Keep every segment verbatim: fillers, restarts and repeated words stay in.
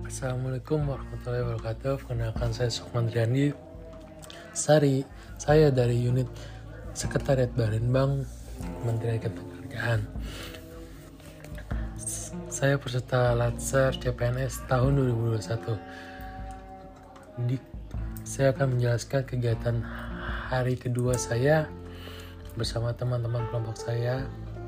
Assalamualaikum warahmatullahi wabarakatuh. Perkenalkan, saya Sukman Riyandi Sari. Saya dari unit Sekretariat Barenbang Kementerian Ketenagakerjaan. Saya peserta Latsar C P N S tahun dua ribu dua puluh satu. Di, saya akan menjelaskan kegiatan hari kedua saya bersama teman-teman kelompok saya.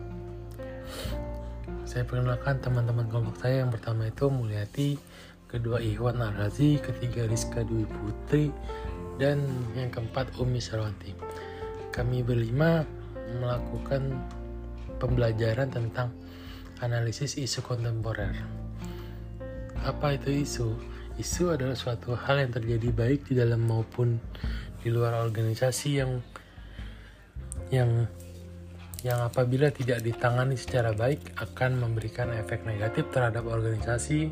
Saya perkenalkan teman-teman kelompok saya. Yang pertama itu Mulyati, kedua Ikhwan Ar-Razi, ketiga Rizka Dwi Putri, dan yang keempat Umi Sarwanti. Kami berlima melakukan pembelajaran tentang analisis isu kontemporer. Apa itu isu? Isu adalah suatu hal yang terjadi baik di dalam maupun di luar organisasi yang yang yang apabila tidak ditangani secara baik akan memberikan efek negatif terhadap organisasi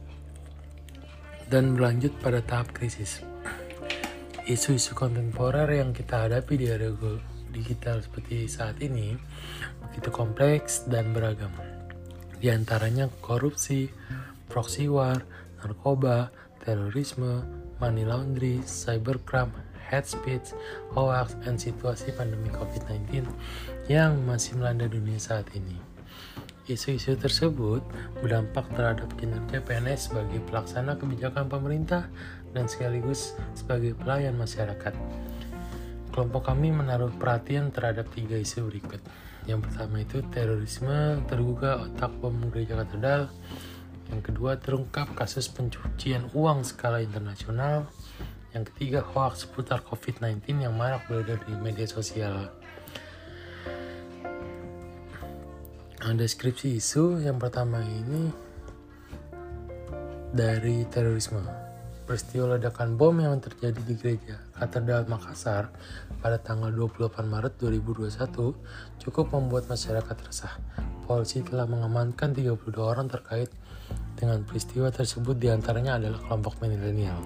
dan berlanjut pada tahap krisis. Isu-isu kontemporer yang kita hadapi di era digital seperti saat ini begitu kompleks dan beragam. Di antaranya korupsi, proxy war, narkoba, terorisme, money laundry, cybercrime, hate speech, hoax, dan situasi pandemi covid sembilan belas yang masih melanda dunia saat ini. Isu-isu tersebut berdampak terhadap kinerja P N S sebagai pelaksana kebijakan pemerintah dan sekaligus sebagai pelayan masyarakat. Kelompok kami menaruh perhatian terhadap tiga isu berikut. Yang pertama itu terorisme, terduga otak bom gereja katedral. Yang kedua, terungkap kasus pencucian uang skala internasional. Yang ketiga, hoax seputar covid sembilan belas yang marak beredar di media sosial. Nah, deskripsi isu yang pertama ini dari terorisme. Peristiwa ledakan bom yang terjadi di gereja Katedral Makassar pada tanggal dua puluh delapan Maret dua ribu dua puluh satu cukup membuat masyarakat resah. Polisi telah mengamankan tiga puluh dua orang terkait dengan peristiwa tersebut, diantaranya adalah kelompok milenial.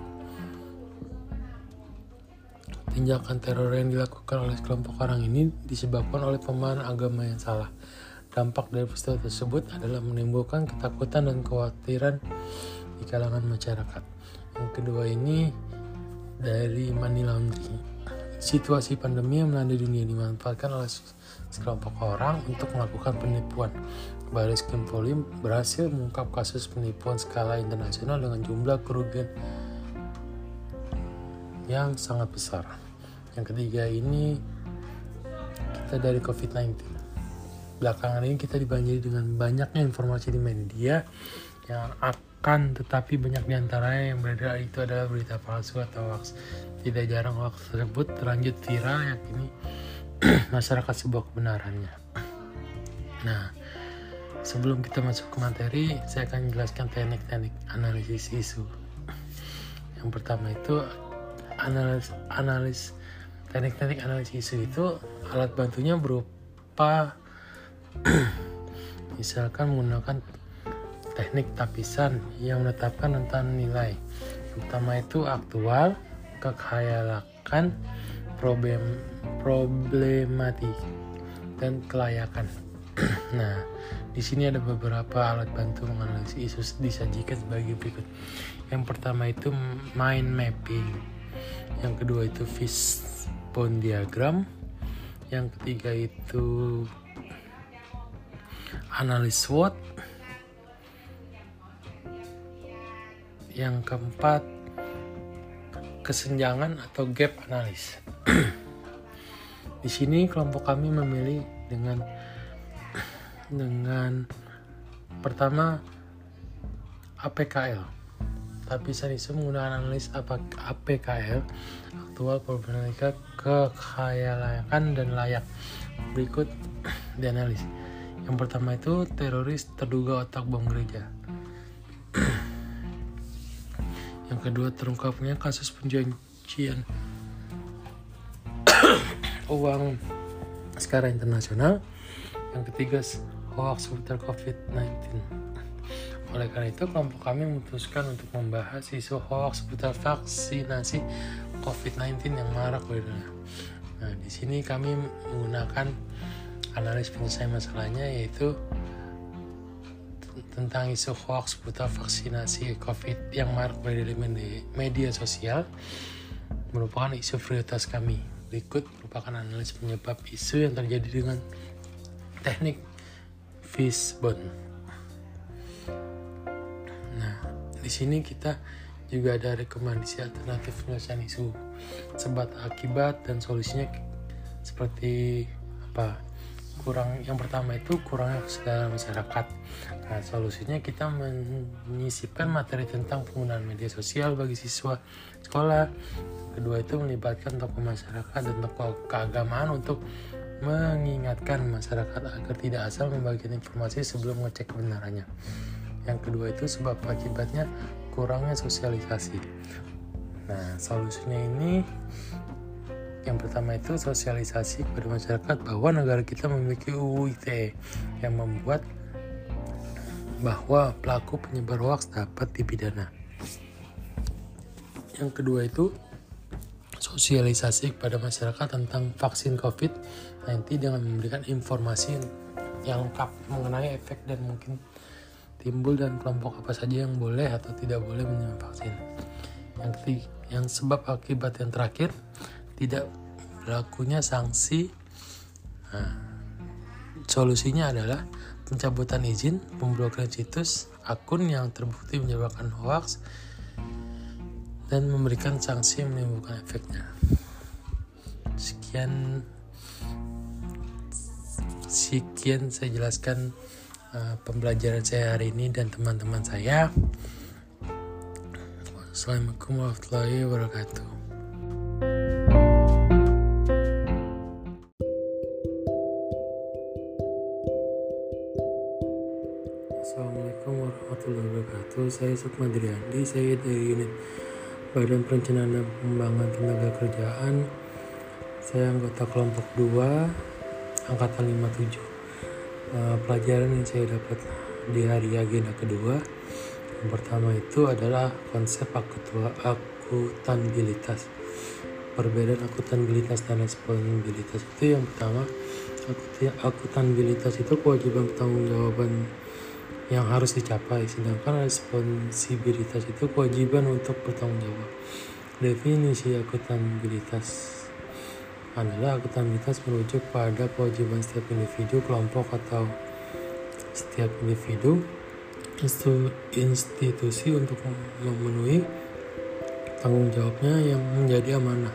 Tindakan teror yang dilakukan oleh kelompok orang ini disebabkan oleh pemahaman agama yang salah. Dampak dari peristiwa tersebut adalah menimbulkan ketakutan dan kekhawatiran di kalangan masyarakat. Yang kedua ini dari money laundering. Situasi pandemi yang melanda dunia dimanfaatkan oleh sekelompok orang untuk melakukan penipuan. Baris Krim Polri berhasil mengungkap kasus penipuan skala internasional dengan jumlah kerugian yang sangat besar. Yang ketiga ini kita dari covid sembilan belas. Belakangan ini kita dibanjiri dengan banyaknya informasi di media yang akan tetapi banyak diantaranya yang beredar itu adalah berita palsu atau hoax. Tidak jarang hoax tersebut terlanjut viral yakini masyarakat sebuah kebenarannya. Nah, sebelum kita masuk ke materi, saya akan menjelaskan teknik-teknik analisis isu. Yang pertama itu analis analis teknik-teknik analisis isu itu alat bantunya berupa misalkan menggunakan teknik tapisan yang menetapkan tentang nilai. Yang pertama itu aktual, kekhayalakan, problem, problematik, dan kelayakan. Nah, di sini ada beberapa alat bantu menganalisis isu disajikan sebagai berikut. Yang pertama itu mind mapping. Yang kedua itu fishbone diagram. Yang ketiga itu analis SWOT. Yang keempat kesenjangan atau gap analis. Di sini kelompok kami memilih dengan dengan pertama A P K L. Tapisan isu menggunakan analis A P K L, aktual, problematika, kekhayalakan, dan layak. Berikut dianalisis. Yang pertama itu teroris terduga otak bom gereja. Yang kedua terungkapnya kasus pencucian uang skala internasional. Yang ketiga hoax seputar covid sembilan belas. Oleh karena itu kelompok kami memutuskan untuk membahas isu hoax seputar vaksinasi covid sembilan belas yang marak beredar. Nah, di sini kami menggunakan analis penyelesaian masalahnya yaitu tentang isu hoax seputar vaksinasi COVID yang marak dari media sosial merupakan isu prioritas kami. Berikut merupakan analis penyebab isu yang terjadi dengan teknik Fishbone. Nah, di sini kita juga ada rekomendasi alternatif penyelesaian isu, sebab akibat dan solusinya seperti apa? Kurang yang pertama itu kurangnya kesadaran masyarakat. Nah, solusinya kita menyisipkan materi tentang penggunaan media sosial bagi siswa sekolah. Kedua itu melibatkan tokoh masyarakat dan tokoh keagamaan untuk mengingatkan masyarakat agar tidak asal membagikan informasi sebelum mengecek kebenarannya. Yang kedua itu sebab akibatnya kurangnya sosialisasi. Nah, solusinya ini yang pertama itu sosialisasi kepada masyarakat bahwa negara kita memiliki U U I T E yang membuat bahwa pelaku penyebar hoaks dapat dipidana. Yang kedua itu sosialisasi kepada masyarakat tentang vaksin covid sembilan belas dengan memberikan informasi yang lengkap mengenai efek dan mungkin timbul dan kelompok apa saja yang boleh atau tidak boleh menerima vaksin. Yang ketiga, yang sebab akibat yang terakhir tidak berlakunya sanksi. Nah, solusinya adalah pencabutan izin, pemblokiran situs, akun yang terbukti menyebarkan hoaks, dan memberikan sanksi yang menimbulkan efeknya. Sekian sekian saya jelaskan uh, pembelajaran saya hari ini dan teman-teman saya. Assalamualaikum warahmatullahi wabarakatuh. Assalamualaikum warahmatullahi wabarakatuh. Saya Sukmadriandi, saya dari unit Badan Perencanaan dan Pengembangan Tenaga Kerjaan. Saya anggota kelompok dua, angkatan lima puluh tujuh. Uh, pelajaran yang saya dapat di hari agenda kedua, yang pertama itu adalah konsep akutabilitas. Perbedaan akutabilitas dan responsibilitas itu yang pertama, akutabilitas itu kewajiban pertanggungjawaban yang harus dicapai, sedangkan responsibilitas itu kewajiban untuk bertanggung jawab. Definisi akutabilitas adalah akutabilitas merujuk pada kewajiban setiap individu, kelompok, atau setiap individu, institusi untuk memenuhi tanggung jawabnya yang menjadi amanah.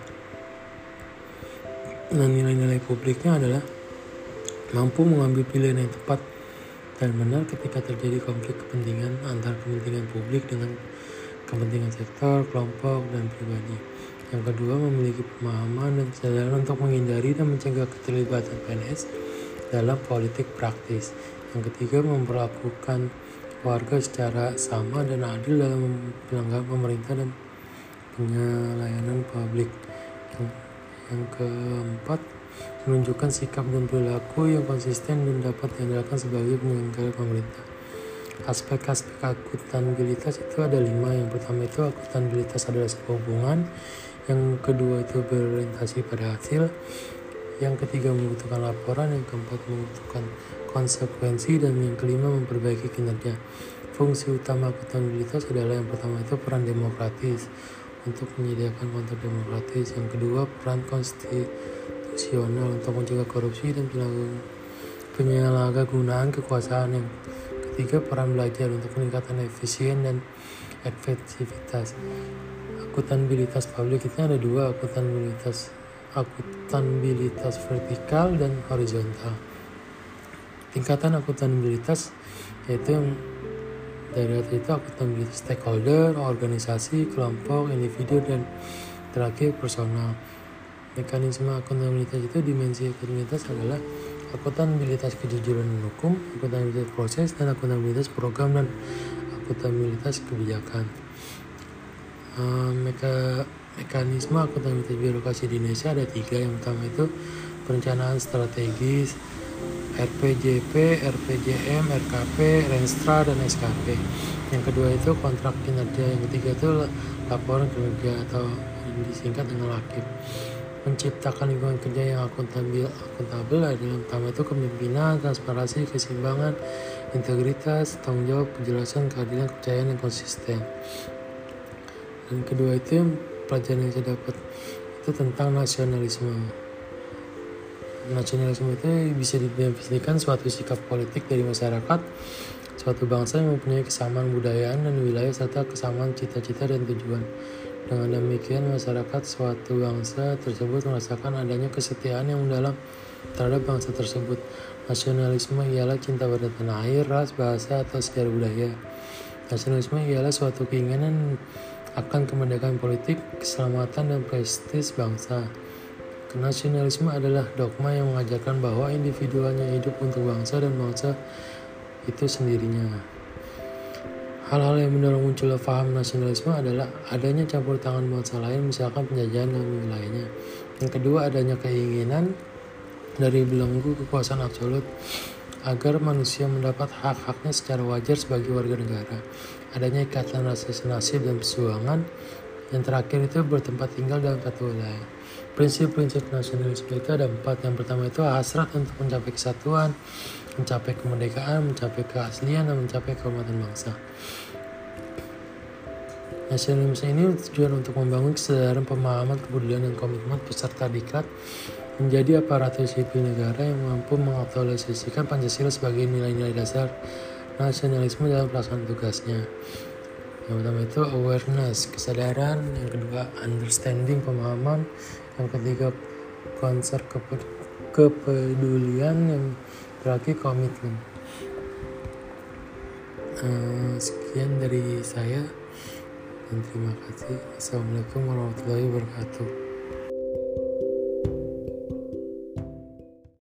Nah, nilai-nilai publiknya adalah mampu mengambil pilihan yang tepat dan benar ketika terjadi konflik kepentingan antara kepentingan publik dengan kepentingan sektor, kelompok, dan pribadi. Yang kedua, memiliki pemahaman dan kesadaran untuk menghindari dan mencegah keterlibatan P N S dalam politik praktis. Yang ketiga, memperlakukan warga secara sama dan adil dalam penyelenggaraan pemerintah dan penyelayanan publik. Yang, yang keempat, menunjukkan sikap dan perilaku yang konsisten dan dapat diandalkan sebagai penyelenggara pemerintah. Aspek-aspek akutabilitas itu ada lima. Yang pertama itu akutabilitas adalah sebuah hubungan. Yang kedua itu berorientasi pada hasil. Yang ketiga membutuhkan laporan. Yang keempat membutuhkan konsekuensi. Dan yang kelima memperbaiki kinerja. Fungsi utama akutabilitas adalah yang pertama itu peran demokratis untuk menyediakan kontrol demokratis. Yang kedua peran konstitusional untuk mencegah korupsi dan penyalahgunaan kekuasaan. Yang ketiga peran belajar untuk meningkatkan efisien dan efektivitas. Akutabilitas publik itu ada dua, akutabilitas akutabilitas vertikal dan horizontal. Tingkatan akutabilitas yaitu yang dari atas itu akutabilitas stakeholder, organisasi, kelompok, individu, dan terakhir personal. Mekanisme akutabilitas itu, dimensi akutabilitas adalah akutabilitas kejujuran dan hukum, akutabilitas proses, dan akutabilitas program dan akutabilitas kebijakan. Uh, meka, mekanisme akutabilitas birokrasi di Indonesia ada tiga. Yang pertama itu perencanaan strategis, R P J P, R P J M, R K P, Renstra, dan S K P. Yang kedua itu kontrak kinerja. Yang ketiga itu laporan kinerja atau disingkat dengan LAKIP. Menciptakan lingkungan kerja yang akuntabel, akuntabel adalah yang pertama itu kepemimpinan, transparansi, keseimbangan, integritas, tanggung jawab, penjelasan, keadilan, kepercayaan, dan konsisten. Dan kedua itu yang pelajaran yang saya dapat itu tentang nasionalisme. Nasionalisme itu bisa didefinisikan suatu sikap politik dari masyarakat suatu bangsa yang mempunyai kesamaan budayaan dan wilayah serta kesamaan cita-cita dan tujuan. Dengan demikian, masyarakat suatu bangsa tersebut merasakan adanya kesetiaan yang mendalam terhadap bangsa tersebut. Nasionalisme ialah cinta pada tanah air, ras, bahasa, atau sejarah budaya. Nasionalisme ialah suatu keinginan akan kemerdekaan politik, keselamatan, dan prestis bangsa. Nasionalisme adalah dogma yang mengajarkan bahwa individu hanya hidup untuk bangsa dan bangsa itu sendirinya. Hal-hal yang mendorong munculnya paham nasionalisme adalah adanya campur tangan bangsa lain, misalkan penjajahan dalam wilayahnya. Yang kedua, adanya keinginan dari belenggu kekuasaan absolut agar manusia mendapat hak-haknya secara wajar sebagai warga negara. Adanya ikatan rasa senasib dan perjuangan. Yang terakhir itu bertempat tinggal dalam satu wilayah. Prinsip-prinsip nasionalisme itu ada empat. Yang pertama itu hasrat untuk mencapai kesatuan, mencapai kemerdekaan, mencapai keaslian, dan mencapai kehormatan bangsa. Nasionalisme ini tujuan untuk membangun kesadaran, pemahaman, kepedulian, dan komitmen peserta diklat menjadi aparatur sipil negara yang mampu mengaktualisasikan Pancasila sebagai nilai-nilai dasar nasionalisme dalam pelaksanaan tugasnya. Yang pertama itu awareness, kesadaran. Yang kedua understanding, pemahaman. Yang ketiga concern, kepedulian. Yang terakhir komitmen. Uh, sekian dari saya dan terima kasih. Assalamualaikum warahmatullahi wabarakatuh.